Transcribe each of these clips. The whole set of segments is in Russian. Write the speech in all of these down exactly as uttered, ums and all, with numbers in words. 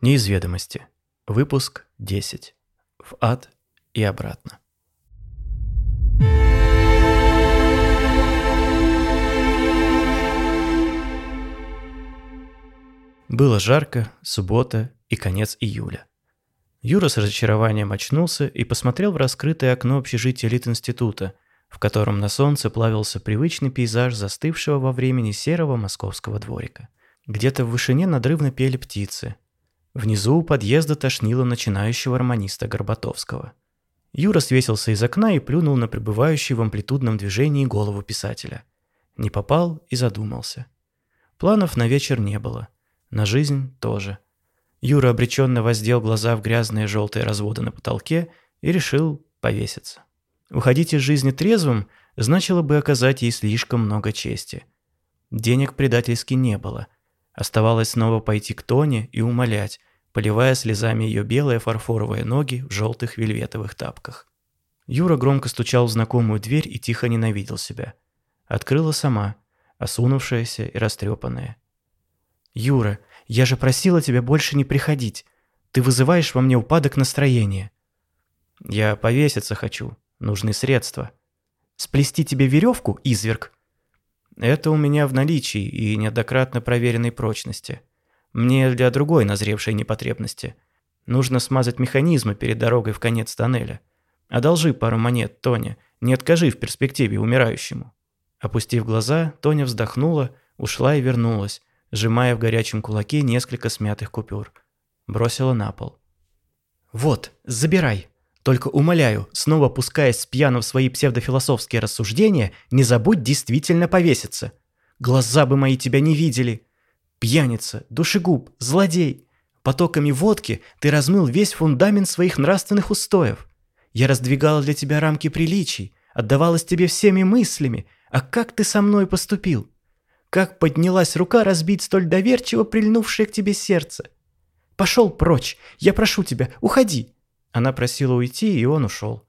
Из ведомости. Выпуск десять. В ад и обратно. Было жарко, суббота и конец июля. Юра с разочарованием очнулся и посмотрел в раскрытое окно общежития Литинститута, в котором на солнце плавился привычный пейзаж застывшего во времени серого московского дворика. Где-то в вышине надрывно пели птицы. Внизу у подъезда тошнило начинающего романиста Горбатовского. Юра свесился из окна и плюнул на пребывающую в амплитудном движении голову писателя. Не попал и задумался. Планов на вечер не было. На жизнь тоже. Юра обреченно воздел глаза в грязные желтые разводы на потолке и решил повеситься. Уходить из жизни трезвым значило бы оказать ей слишком много чести. Денег предательски не было. Оставалось снова пойти к Тоне и умолять, поливая слезами ее белые фарфоровые ноги в желтых вельветовых тапках. Юра громко стучал в знакомую дверь и тихо ненавидел себя. Открыла сама, осунувшаяся и растрепанная. «Юра, я же просила тебя больше не приходить. Ты вызываешь во мне упадок настроения». «Я повеситься хочу. Нужны средства». «Сплести тебе веревку, изверг?» «Это у меня в наличии и неоднократно проверенной прочности. Мне для другой назревшей непотребности. Нужно смазать механизмы перед дорогой в конец тоннеля. Одолжи пару монет, Тоня, не откажи в перспективе умирающему». Опустив глаза, Тоня вздохнула, ушла и вернулась, сжимая в горячем кулаке несколько смятых купюр. Бросила на пол. «Вот, забирай. Только умоляю, снова пускаясь с пьяну в свои псевдофилософские рассуждения, не забудь действительно повеситься. Глаза бы мои тебя не видели. Пьяница, душегуб, злодей. Потоками водки ты размыл весь фундамент своих нравственных устоев. Я раздвигала для тебя рамки приличий, отдавалась тебе всеми мыслями. А как ты со мной поступил? Как поднялась рука разбить столь доверчиво прильнувшее к тебе сердце? Пошел прочь, я прошу тебя, уходи!» Она просила уйти, и он ушел.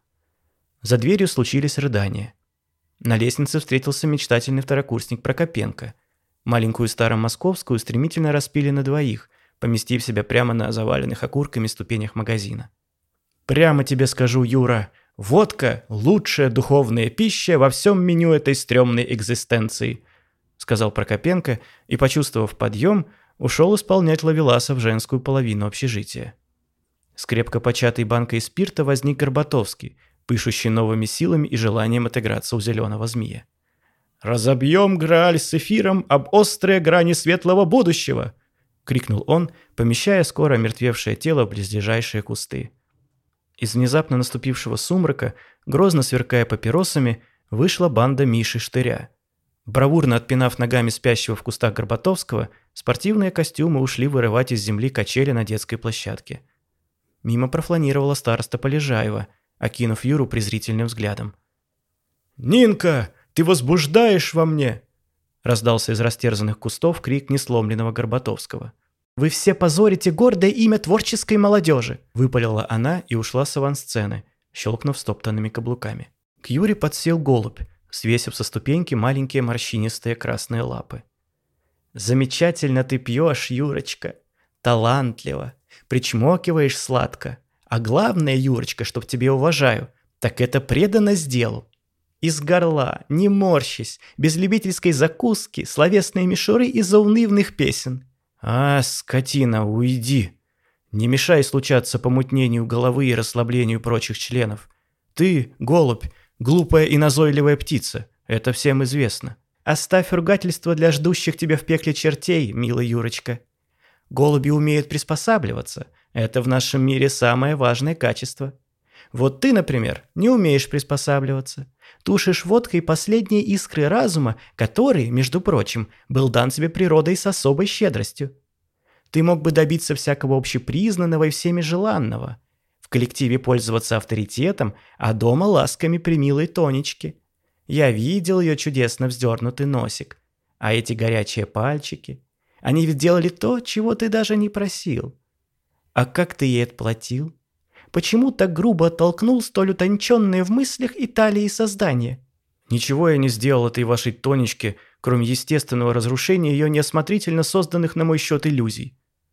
За дверью случились рыдания. На лестнице встретился мечтательный второкурсник Прокопенко. Маленькую старомосковскую стремительно распили на двоих, поместив себя прямо на заваленных окурками ступенях магазина. «Прямо тебе скажу, Юра, водка – лучшая духовная пища во всем меню этой стрёмной экзистенции», сказал Прокопенко и, почувствовав подъем, ушел исполнять ловеласа в женскую половину общежития. С крепко початой банкой спирта возник Горбатовский, пышущий новыми силами и желанием отыграться у зеленого змея. «Разобьем Грааль с эфиром об острые грани светлого будущего!» — крикнул он, помещая скоро омертвевшее тело в близлежащие кусты. Из внезапно наступившего сумрака, грозно сверкая папиросами, вышла банда Миши Штыря. Бравурно отпинав ногами спящего в кустах Горбатовского, спортивные костюмы ушли вырывать из земли качели на детской площадке. Мимо профланировала староста Полежаева, окинув Юру презрительным взглядом. «Нинка, ты возбуждаешь во мне!» раздался из растерзанных кустов крик несломленного Горбатовского. «Вы все позорите гордое имя творческой молодежи!» выпалила она и ушла с авансцены, щелкнув стоптанными каблуками. К Юре подсел голубь, свесив со ступеньки маленькие морщинистые красные лапы. «Замечательно ты пьешь, Юрочка! Талантливо! Причмокиваешь сладко! А главное, Юрочка, чтоб тебе уважаю, так это преданность делу! Из горла, не морщись, без любительской закуски, словесные мишуры и заунывных песен!» «А, скотина, уйди! Не мешай случаться помутнению головы и расслаблению прочих членов! Ты, голубь, глупая и назойливая птица, это всем известно. Оставь ругательство для ждущих тебя в пекле чертей, милый Юрочка. Голуби умеют приспосабливаться, это в нашем мире самое важное качество. Вот ты, например, не умеешь приспосабливаться. Тушишь водкой последние искры разума, который, между прочим, был дан тебе природой с особой щедростью. Ты мог бы добиться всякого общепризнанного и всеми желанного. В коллективе пользоваться авторитетом, а дома ласками примилой Тонечки. Я видел ее чудесно вздернутый носик. А эти горячие пальчики, они ведь делали то, чего ты даже не просил. А как ты ей отплатил? Почему так грубо оттолкнул столь утонченные в мыслях и талии создания? Ничего я не сделал этой вашей Тонечке, кроме естественного разрушения ее неосмотрительно созданных на мой счет иллюзий.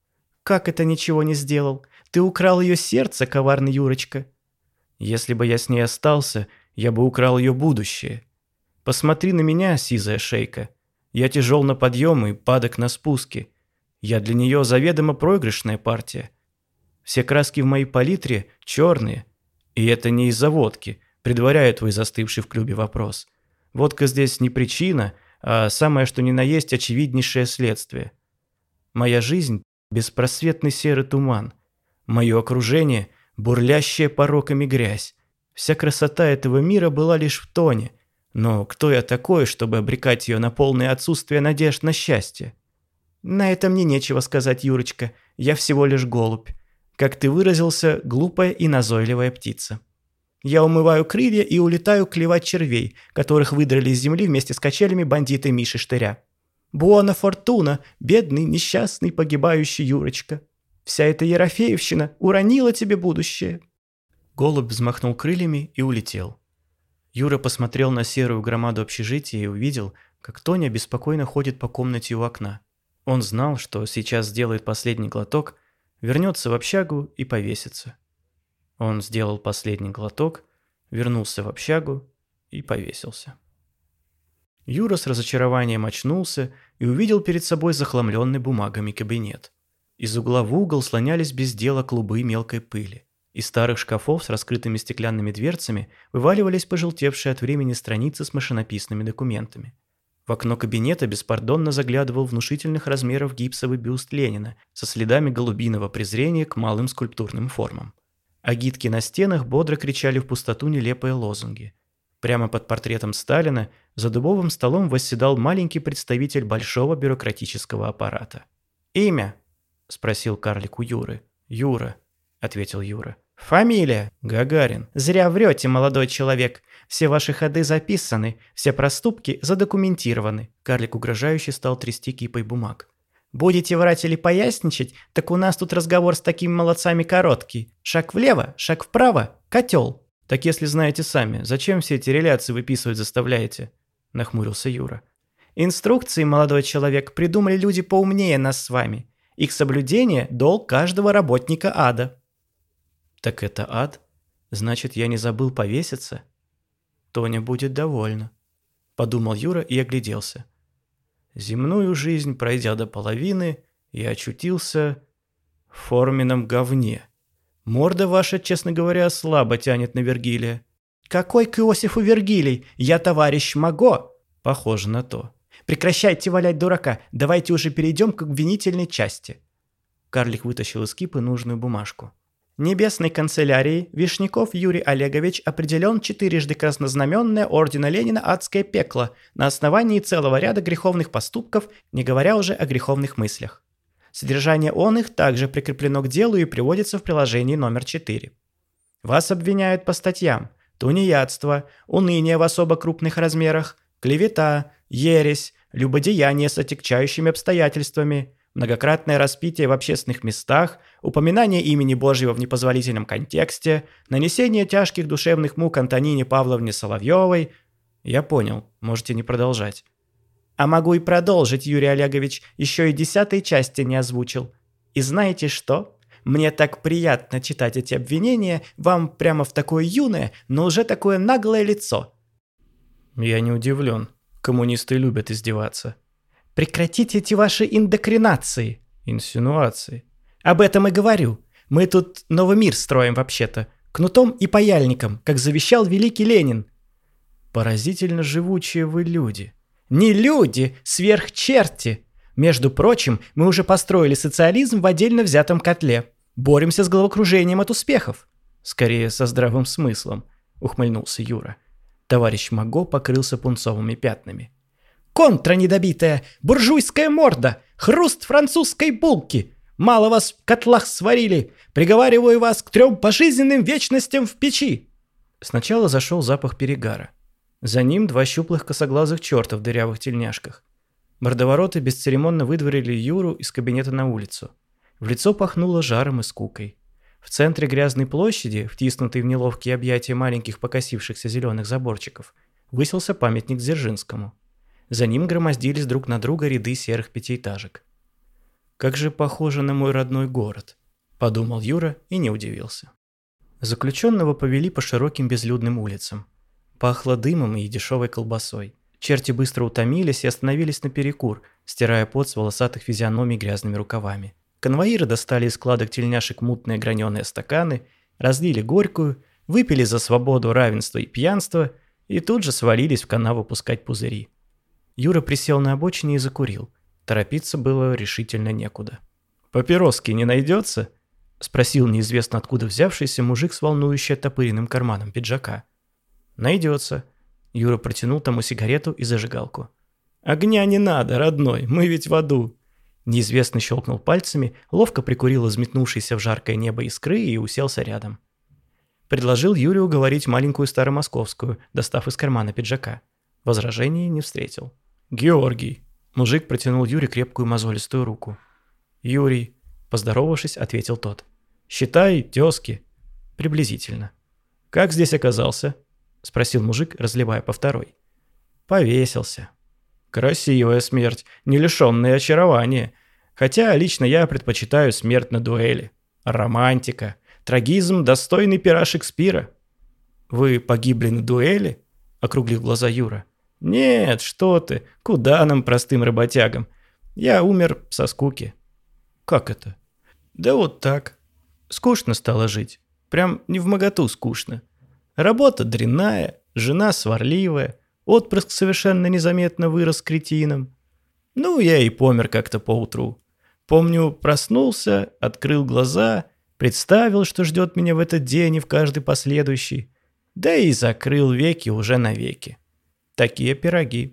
«Как это ничего не сделал? Ты украл ее сердце, коварный Юрочка!» «Если бы я с ней остался, я бы украл ее будущее. Посмотри на меня, сизая шейка. Я тяжел на подъем и падок на спуске. Я для нее заведомо проигрышная партия. Все краски в моей палитре черные. И это не из-за водки, предваряю твой застывший в клюбе вопрос. Водка здесь не причина, а самое что ни на есть очевиднейшее следствие. Моя жизнь – беспросветный серый туман. Мое окружение – бурлящая пороками грязь. Вся красота этого мира была лишь в тоне. Но кто я такой, чтобы обрекать ее на полное отсутствие надежд на счастье? На это мне нечего сказать, Юрочка. Я всего лишь голубь. Как ты выразился, глупая и назойливая птица. Я умываю крылья и улетаю клевать червей, которых выдрали из земли вместе с качелями бандиты Миши Штыря. Буона фортуна, бедный, несчастный, погибающий Юрочка. Вся эта ерофеевщина уронила тебе будущее. Голубь взмахнул крыльями и улетел. Юра посмотрел на серую громаду общежития и увидел, как Тоня беспокойно ходит по комнате у окна. Он знал, что сейчас сделает последний глоток, вернется в общагу и повесится. Он сделал последний глоток, вернулся в общагу и повесился. Юра с разочарованием очнулся и увидел перед собой захламленный бумагами кабинет. Из угла в угол слонялись без дела клубы мелкой пыли. Из старых шкафов с раскрытыми стеклянными дверцами вываливались пожелтевшие от времени страницы с машинописными документами. В окно кабинета беспардонно заглядывал внушительных размеров гипсовый бюст Ленина со следами голубиного презрения к малым скульптурным формам. Агитки на стенах бодро кричали в пустоту нелепые лозунги. Прямо под портретом Сталина за дубовым столом восседал маленький представитель большого бюрократического аппарата. «Имя?» – спросил карлик у Юры. «Юра», – ответил Юра. «Фамилия?» «Гагарин». «Зря врете, молодой человек. Все ваши ходы записаны, все проступки задокументированы». Карлик угрожающе стал трясти кипой бумаг. «Будете врать или поясничать, так у нас тут разговор с такими молодцами короткий. Шаг влево, шаг вправо, котел». «Так если знаете сами, зачем все эти реляции выписывать заставляете?» – нахмурился Юра. «Инструкции, молодой человек, придумали люди поумнее нас с вами. Их соблюдение – долг каждого работника ада». «Так это ад? Значит, я не забыл повеситься?» «Тоня будет довольна», – подумал Юра и огляделся. Земную жизнь, пройдя до половины, я очутился в форменном говне. Морда ваша, честно говоря, слабо тянет на Вергилия. «Какой к Иосифу Вергилий? Я товарищ Маго!» «Похоже на то». «Прекращайте валять дурака, давайте уже перейдем к обвинительной части». Карлик вытащил из кипы нужную бумажку. Небесной канцелярии Вишняков Юрий Олегович определен четырежды краснознаменное ордена Ленина адское пекло на основании целого ряда греховных поступков, не говоря уже о греховных мыслях. Содержание он их также прикреплено к делу и приводится в приложении номер четыре. Вас обвиняют по статьям: тунеядство, уныние в особо крупных размерах, клевета, ересь, любодеяние с отягчающими обстоятельствами, многократное распитие в общественных местах, упоминание имени Божьего в непозволительном контексте, нанесение тяжких душевных мук Антонине Павловне Соловьевой. Я понял, можете не продолжать. А могу и продолжить, Юрий Олегович, еще и десятой части не озвучил. И знаете что? Мне так приятно читать эти обвинения, вам прямо в такое юное, но уже такое наглое лицо. Я не удивлен. Коммунисты любят издеваться. Прекратите эти ваши индокринации. Инсинуации. Об этом и говорю. Мы тут новый мир строим вообще-то. Кнутом и паяльником, как завещал великий Ленин. Поразительно живучие вы люди. Не люди, сверхчерти. Между прочим, мы уже построили социализм в отдельно взятом котле. Боремся с головокружением от успехов. Скорее, со здравым смыслом, ухмыльнулся Юра. Товарищ Маго покрылся пунцовыми пятнами. Контра недобитая, буржуйская морда, хруст французской булки. Мало вас в котлах сварили, приговариваю вас к трем пожизненным вечностям в печи. Сначала зашел запах перегара. За ним два щуплых косоглазых черта в дырявых тельняшках. Мордовороты бесцеремонно выдворили Юру из кабинета на улицу. В лицо пахнуло жаром и скукой. В центре грязной площади, втиснутой в неловкие объятия маленьких покосившихся зеленых заборчиков, высился памятник Дзержинскому. За ним громоздились друг на друга ряды серых пятиэтажек. Как же похоже на мой родной город, подумал Юра и не удивился. Заключенного повели по широким безлюдным улицам. Пахло дымом и дешевой колбасой. Черти быстро утомились и остановились на перекур, стирая пот с волосатых физиономий грязными рукавами. Конвоиры достали из складок тельняшек мутные граненые стаканы, разлили горькую, выпили за свободу, равенство и пьянство и тут же свалились в канаву пускать пузыри. Юра присел на обочине и закурил. Торопиться было решительно некуда. «Папироски не найдется?» – спросил неизвестно откуда взявшийся мужик с волнующе оттопыренным карманом пиджака. «Найдется». Юра протянул тому сигарету и зажигалку. «Огня не надо, родной, мы ведь в аду». Неизвестный щелкнул пальцами, ловко прикурил взметнувшийся в жаркое небо искры и уселся рядом. Предложил Юре уговорить маленькую старомосковскую, достав из кармана пиджака. Возражений не встретил. «Георгий». Мужик протянул Юре крепкую мозолистую руку. «Юрий», поздоровавшись, ответил тот. «Считай, тезки». «Приблизительно». «Как здесь оказался?» Спросил мужик, разливая по второй. «Повесился». «Красивая смерть, не лишенная очарования. Хотя лично я предпочитаю смерть на дуэли. Романтика, трагизм, достойный пера Шекспира». «Вы погибли на дуэли?» Округлил глаза Юра. «Нет, что ты, куда нам, простым работягам? Я умер со скуки». «Как это?» «Да вот так. Скучно стало жить. Прям невмоготу скучно. Работа дрянная, жена сварливая, отпрыск совершенно незаметно вырос кретином. Ну, я и помер как-то поутру. Помню, проснулся, открыл глаза, представил, что ждет меня в этот день и в каждый последующий, да и закрыл веки уже навеки. Такие пироги».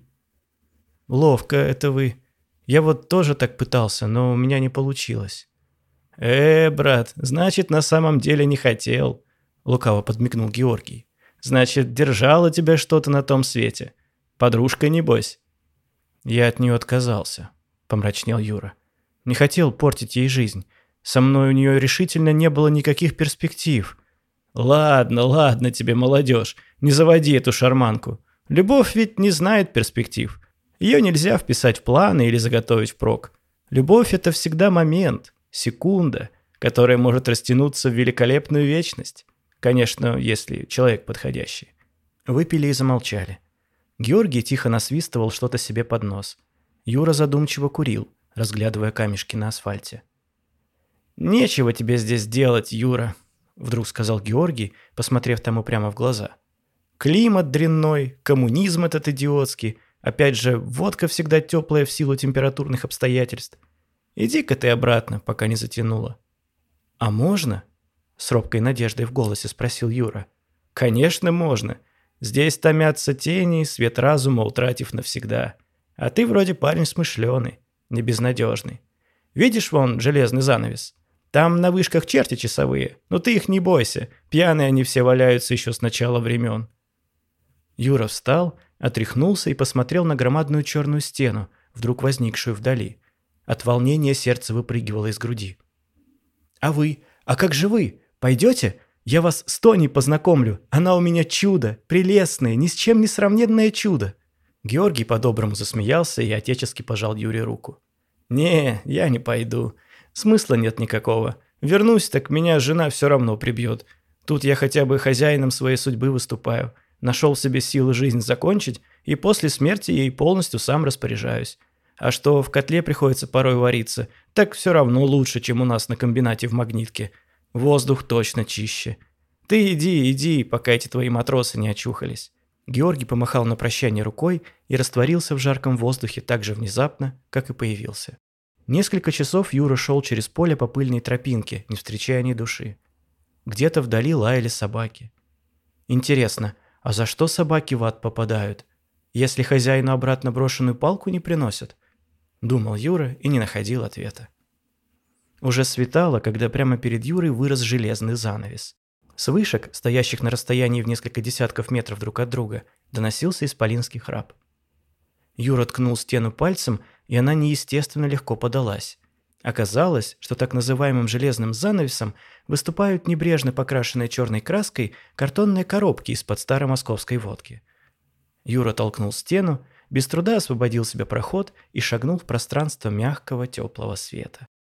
«Ловко это вы. Я вот тоже так пытался, но у меня не получилось». «Э, брат, значит, на самом деле не хотел», — лукаво подмигнул Георгий. «Значит, держало тебя что-то на том свете. Подружка, небось?» «Я от нее отказался», — помрачнел Юра. «Не хотел портить ей жизнь. Со мной у нее решительно не было никаких перспектив». «Ладно, ладно тебе, молодежь, не заводи эту шарманку. Любовь ведь не знает перспектив. Ее нельзя вписать в планы или заготовить впрок. Любовь — это всегда момент, секунда, которая может растянуться в великолепную вечность. Конечно, если человек подходящий». Выпили и замолчали. Георгий тихо насвистывал что-то себе под нос. Юра задумчиво курил, разглядывая камешки на асфальте. «Нечего тебе здесь делать, Юра», — вдруг сказал Георгий, посмотрев тому прямо в глаза. «Климат дрянной, коммунизм этот идиотский, опять же, водка всегда теплая в силу температурных обстоятельств. Иди-ка ты обратно, пока не затянуло». «А можно?» — с робкой надеждой в голосе спросил Юра. «Конечно можно. Здесь томятся тени, свет разума утратив навсегда. А ты вроде парень смышленый, не безнадежный. Видишь вон железный занавес? Там на вышках черти часовые, но ты их не бойся, пьяные они все валяются еще с начала времен». Юра встал, отряхнулся и посмотрел на громадную черную стену, вдруг возникшую вдали. От волнения сердце выпрыгивало из груди. «А вы? А как же вы? Пойдете? Я вас с Тоней познакомлю. Она у меня чудо, прелестное, ни с чем не сравненное чудо». Георгий по-доброму засмеялся и отечески пожал Юре руку. «Не, я не пойду. Смысла нет никакого. Вернусь, так меня жена все равно прибьет. Тут я хотя бы хозяином своей судьбы выступаю. Нашел в себе силы жизнь закончить, и после смерти ей полностью сам распоряжаюсь. А что в котле приходится порой вариться, так все равно лучше, чем у нас на комбинате в Магнитке. Воздух точно чище. Ты иди, иди, пока эти твои матросы не очухались». Георгий помахал на прощание рукой и растворился в жарком воздухе так же внезапно, как и появился. Несколько часов Юра шел через поле по пыльной тропинке, не встречая ни души. Где-то вдали лаяли собаки. Интересно, а за что собаки в ад попадают, если хозяину обратно брошенную палку не приносят? Думал Юра и не находил ответа. Уже светало, когда прямо перед Юрой вырос железный занавес. С вышек, стоящих на расстоянии в несколько десятков метров друг от друга, доносился исполинский храп. Юра ткнул стену пальцем, и она неестественно легко подалась. Оказалось, что так называемым железным занавесом выступают небрежно покрашенные черной краской картонные коробки из-под старой московской водки. Юра толкнул стену, без труда освободил себе проход и шагнул в пространство мягкого теплого света.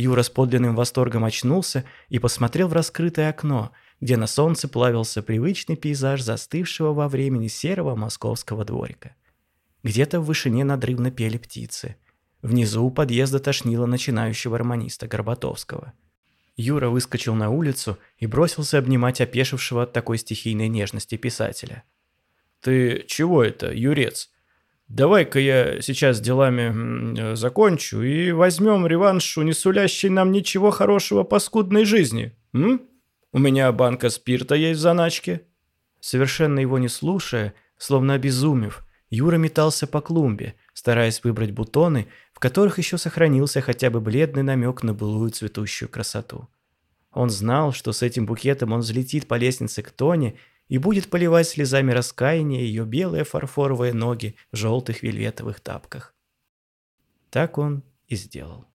Юра с подлинным восторгом очнулся и посмотрел в раскрытое окно, где на солнце плавился привычный пейзаж застывшего во времени серого московского дворика. Где-то в вышине надрывно пели птицы. Внизу у подъезда тошнило начинающего романиста Горбатовского. Юра выскочил на улицу и бросился обнимать опешившего от такой стихийной нежности писателя. «Ты чего это, Юрец? Давай-ка я сейчас с делами закончу и возьмем реванш у не сулящей нам ничего хорошего паскудной жизни, м? У меня банка спирта есть в заначке». Совершенно его не слушая, словно обезумев, Юра метался по клумбе, стараясь выбрать бутоны, в которых еще сохранился хотя бы бледный намек на былую цветущую красоту. Он знал, что с этим букетом он взлетит по лестнице к Тоне и будет поливать слезами раскаяния ее белые фарфоровые ноги в желтых вельветовых тапках. Так он и сделал.